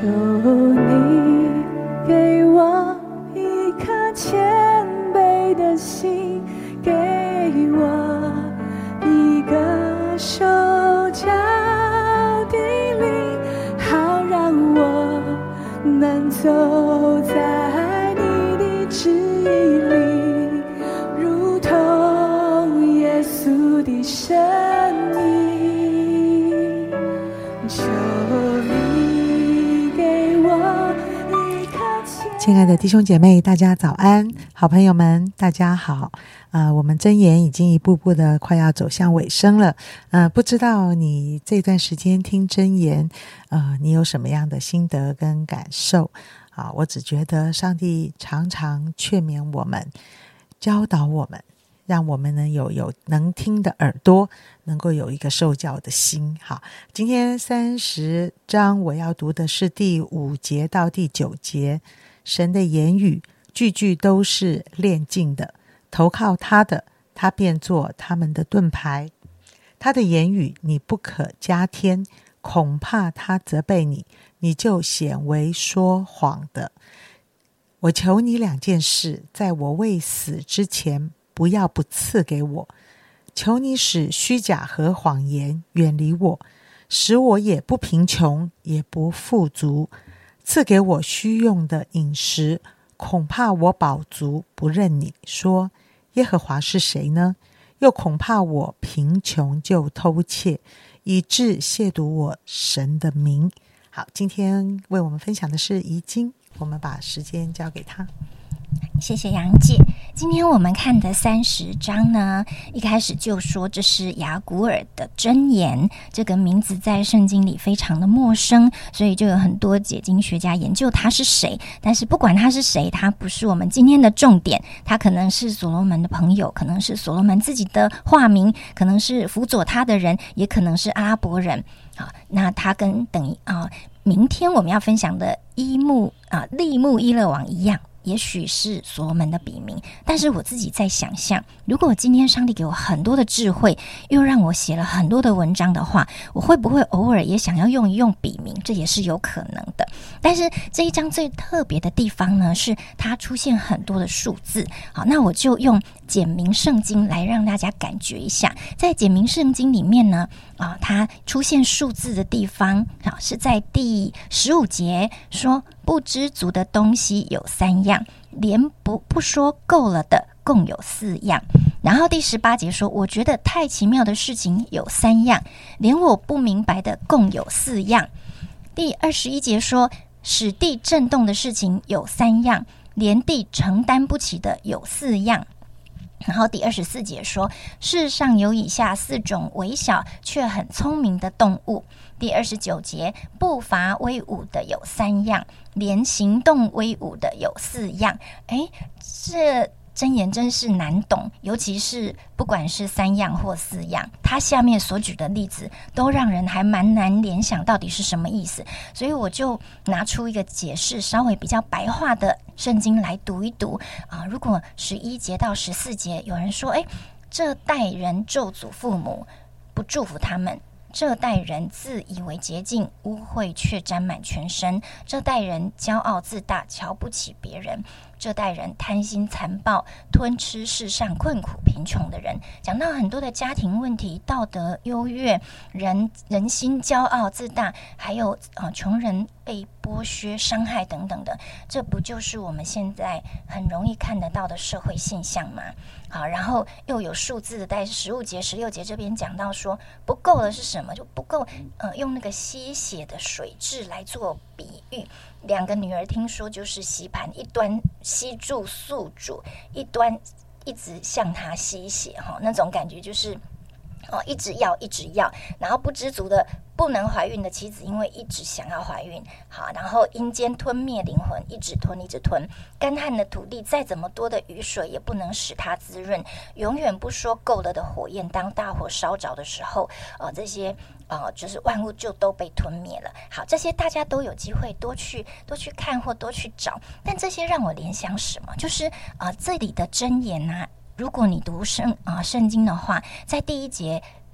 求你给我一颗谦卑的心，给我一个手脚的灵，好让我能走在你的旨意里，如同耶稣的生命。求你给我一颗谦。 亲爱的弟兄姐妹，大家早安，好朋友们大家好。我们箴言已经一步步的快要走向尾声了。不知道你这段时间听箴言，你有什么样的心得跟感受？我只觉得上帝常常劝勉我们，教导我们，让我们能有能听的耳朵，能够有一个受教的心。好，今天30章我要读的是第5节到第9节。神的言语句句都是炼净的，投靠他的，他便做他们的盾牌。他的言语你不可加添，恐怕他责备你，你就显为说谎的。我求你2件事，在我未死之前不要不赐给我。求你使虚假和谎言远离我，使我也不贫穷也不富足，赐给我需用的饮食，恐怕我饱足不认你，说耶和华是谁呢？又恐怕我贫穷就偷窃，以致亵渎我神的名。好，今天为我们分享的是怡经，我们把时间交给他。 谢谢杨姐。今天我们看的30章呢，一开始就说这是雅古尔的箴言，这个名字在圣经里非常的陌生，所以就有很多解经学家研究他是谁。但是不管他是谁，他不是我们今天的重点，他可能是所罗门的朋友，可能是所罗门自己的化名，可能是辅佐他的人，也可能是阿拉伯人。那他跟明天我们要分享的利木伊勒王一样，也许是所罗门的笔名。但是我自己在想象，如果今天上帝给我很多的智慧，又让我写了很多的文章的话，我会不会偶尔也想要用一用笔名？这也是有可能的。但是这一章最特别的地方呢，是它出现很多的数字。好，那我就用简明圣经来让大家感觉一下。在简明圣经里面呢，它出现数字的地方是在第15节说，不知足的东西有3样，连不说够了的共有4样。然后第18节说，我觉得太奇妙的事情有3样，连我不明白的共有4样。第21节说，使地震动的事情有3样，连地承担不起的有4样。然后第24节说，世上有以下4种微小却很聪明的动物。第29节，步伐威武的有3样，连行动威武的有4样。这箴言真是难懂，尤其是不管是3样或4样，它下面所举的例子都让人还蛮难联想到底是什么意思。所以我就拿出一个解释稍微比较白话的圣经来读一读。如果11节到14节有人说，这代人咒诅父母，不祝福他们；这代人自以为洁净，污秽却沾满全身；这代人骄傲自大，瞧不起别人；这代人贪心残暴，吞吃世上困苦贫穷的人。讲到很多的家庭问题，道德优越，人心骄傲自大，还有穷人被剥削伤害等等的，这不就是我们现在很容易看得到的社会现象吗？好，然后又有数字的，在15节16节这边讲到说，不够的是什么？就不够用那个吸血的水蛭来做比喻。2个女儿听说就是吸盘，一端吸住宿主，一端一直向他吸血，那种感觉就是一直要，然后不知足的不能怀孕的妻子，因为一直想要怀孕，好，然后阴间吞灭灵魂，一直吞，干旱的土地，再怎么多的雨水也不能使它滋润，永远不说够了的火焰，当大火烧着的时候，这些就是万物就都被吞灭了。好，这些大家都有机会多去看或多去找，但这些让我联想什么？就是这里的箴言啊，如果你读圣经的话，在第1节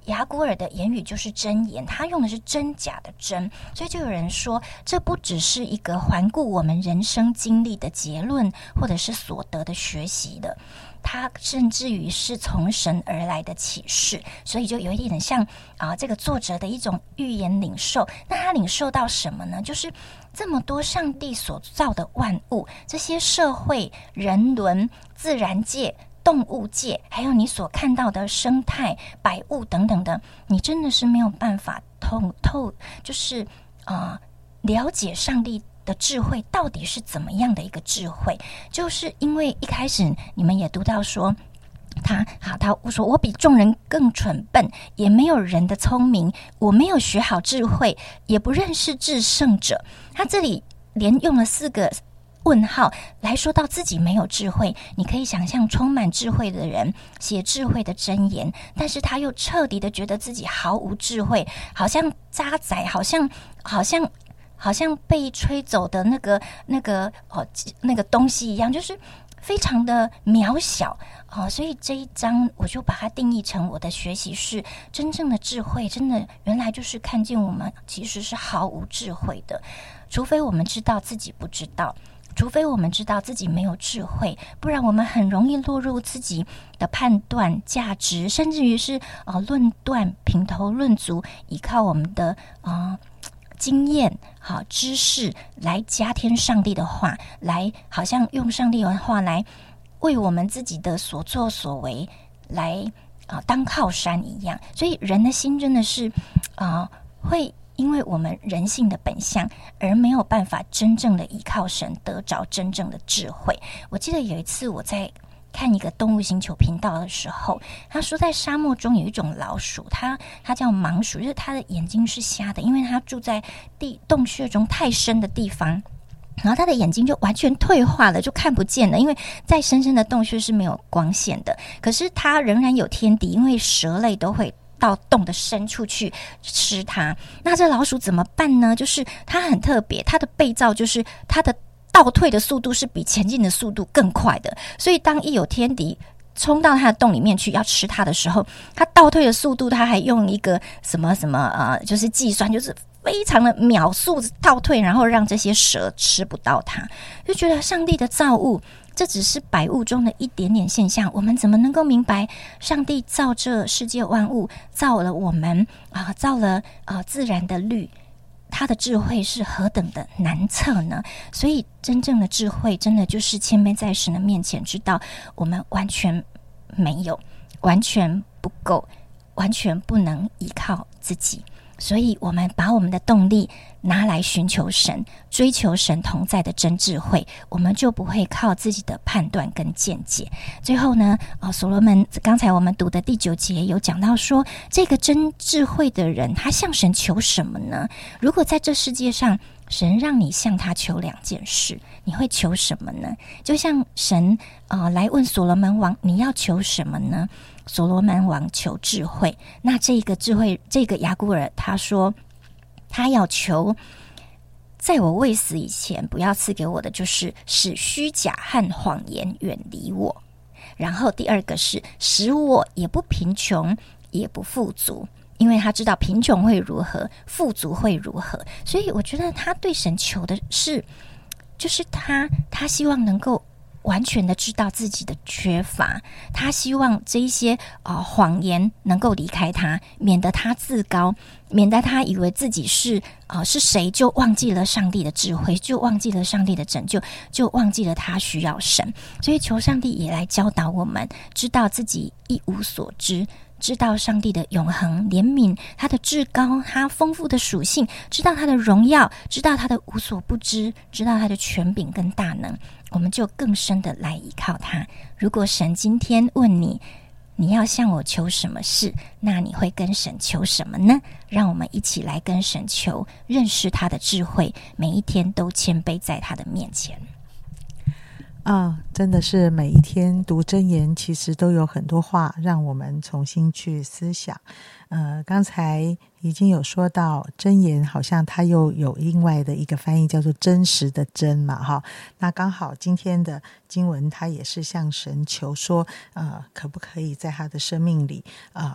雅古尔的言语就是真言，他用的是真假的真，所以就有人说，这不只是一个环顾我们人生经历的结论，或者是所得的学习的，它甚至于是从神而来的启示，所以就有一点像这个作者的一种预言领受。那他领受到什么呢？就是这么多上帝所造的万物，这些社会、人伦、自然界、动物界，还有你所看到的生态、百物等等的，你真的是没有办法就是了解上帝的智慧到底是怎么样的一个智慧。就是因为一开始你们也读到说，他说我比众人更蠢笨，也没有人的聪明，我没有学好智慧，也不认识至圣者。他这里连用了4个问号来说到自己没有智慧。你可以想象充满智慧的人写智慧的箴言，但是他又彻底的觉得自己毫无智慧，好像渣仔，好像被吹走的那个东西一样，就是非常的渺小所以这一章我就把它定义成我的学习是真正的智慧，真的原来就是看见我们其实是毫无智慧的，除非我们知道自己不知道，除非我们知道自己没有智慧，不然我们很容易落入自己的判断、价值，甚至于是论断、评头论足，依靠我们的经验、知识来加添上帝的话，来好像用上帝的话来为我们自己的所作所为来当靠山一样。所以人的心真的是会因为我们人性的本相而没有办法真正的依靠神得着真正的智慧。我记得有一次我在看一个动物星球频道的时候，他说在沙漠中有一种老鼠，它叫盲鼠，就是它的眼睛是瞎的，因为它住在洞穴中太深的地方，然后它的眼睛就完全退化了，就看不见了，因为在深深的洞穴是没有光线的。可是它仍然有天敌，因为蛇类都会到洞的深处去吃它。那这老鼠怎么办呢？就是它很特别，它的被造就是它的倒退的速度是比前进的速度更快的，所以当一有天敌冲到它的洞里面去要吃它的时候，它倒退的速度，它还用一个什么就是计算，就是非常的秒速倒退，然后让这些蛇吃不到它。就觉得上帝的造物这只是百物中的一点点现象，我们怎么能够明白上帝造这世界万物，造了我们造了自然的律，他的智慧是何等的难测呢？所以真正的智慧真的就是谦卑在神的面前，知道我们完全没有，完全不够，完全不能依靠自己。所以我们把我们的动力拿来寻求神，追求神同在的真智慧，我们就不会靠自己的判断跟见解。最后呢所罗门刚才我们读的第9节有讲到说，这个真智慧的人他向神求什么呢？如果在这世界上神让你向他求2件事，你会求什么呢？就像神来问所罗门王，你要求什么呢？所罗门王求智慧。那这个智慧，这个雅古尔他说他要求在我未死以前不要赐给我的就是使虚假和谎言远离我，然后第2个是使我也不贫穷也不富足，因为他知道贫穷会如何，富足会如何。所以我觉得他对神求的是，就是他希望能够完全的知道自己的缺乏，他希望这一些谎言能够离开他，免得他自高，免得他以为自己是谁，就忘记了上帝的智慧，就忘记了上帝的拯救，就忘记了他需要神。所以求上帝也来教导我们，知道自己一无所知，知道上帝的永恒怜悯，他的至高，他丰富的属性，知道他的荣耀，知道他的无所不知，知道他的权柄跟大能，我们就更深的来依靠他。如果神今天问你，你要向我求什么事，那你会跟神求什么呢？让我们一起来跟神求，认识他的智慧，每一天都谦卑在他的面前。 真的是每一天读箴言，其实都有很多话让我们重新去思想。刚才已经有说到箴言，好像它又有另外的一个翻译叫做真实的真嘛，哈。那刚好今天的经文，它也是向神求说，可不可以在他的生命里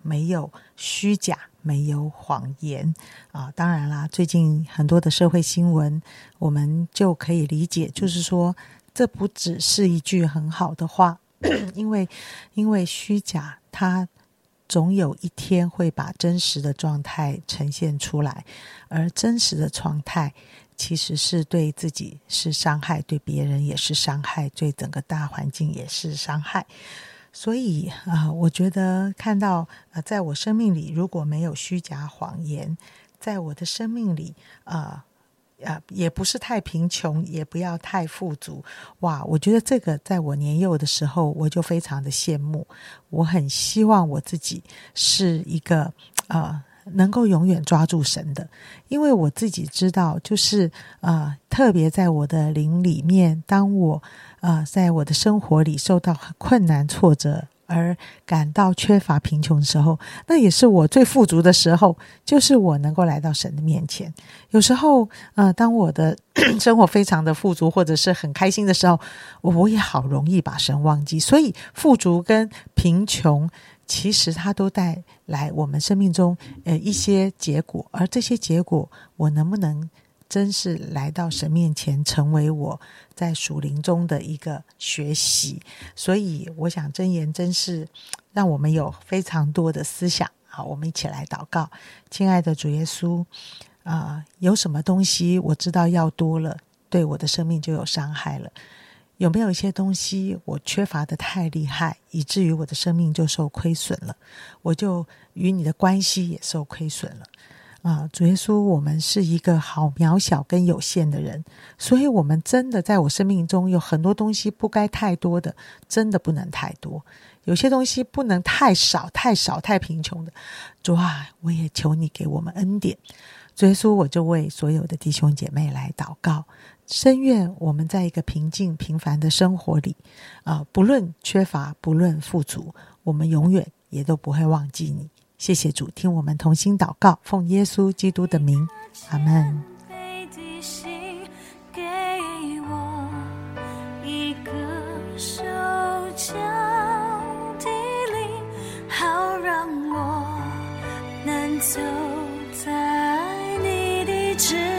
没有虚假，没有谎言啊。当然啦，最近很多的社会新闻，我们就可以理解，就是说这不只是一句很好的话，因为虚假它总有一天会把真实的状态呈现出来，而真实的状态其实是对自己是伤害，对别人也是伤害，对整个大环境也是伤害。所以我觉得看到在我生命里如果没有虚假谎言，在我的生命里也不是太贫穷，也不要太富足。哇，我觉得这个在我年幼的时候我就非常的羡慕，我很希望我自己是一个能够永远抓住神的。因为我自己知道，就是特别在我的灵里面，当我在我的生活里受到困难挫折而感到缺乏贫穷的时候，那也是我最富足的时候，就是我能够来到神的面前。有时候当我的生活非常的富足或者是很开心的时候，我也好容易把神忘记。所以富足跟贫穷其实它都带来我们生命中一些结果，而这些结果我能不能真是来到神面前，成为我在属灵中的一个学习。所以我想箴言真是让我们有非常多的思想。好，我们一起来祷告。亲爱的主耶稣，有什么东西我知道要多了，对我的生命就有伤害了？有没有一些东西我缺乏的太厉害，以至于我的生命就受亏损了，我就与你的关系也受亏损了？主耶稣，我们是一个好渺小跟有限的人，所以我们真的在我生命中有很多东西不该太多的，真的不能太多；有些东西不能太少太贫穷的。主啊，我也求你给我们恩典。主耶稣，我就为所有的弟兄姐妹来祷告，深愿我们在一个平静平凡的生活里不论缺乏不论富足，我们永远也都不会忘记你。谢谢主，听我们同心祷告，奉耶稣基督的名，阿们。 给我一个手脚的灵，好让我能走在你的旨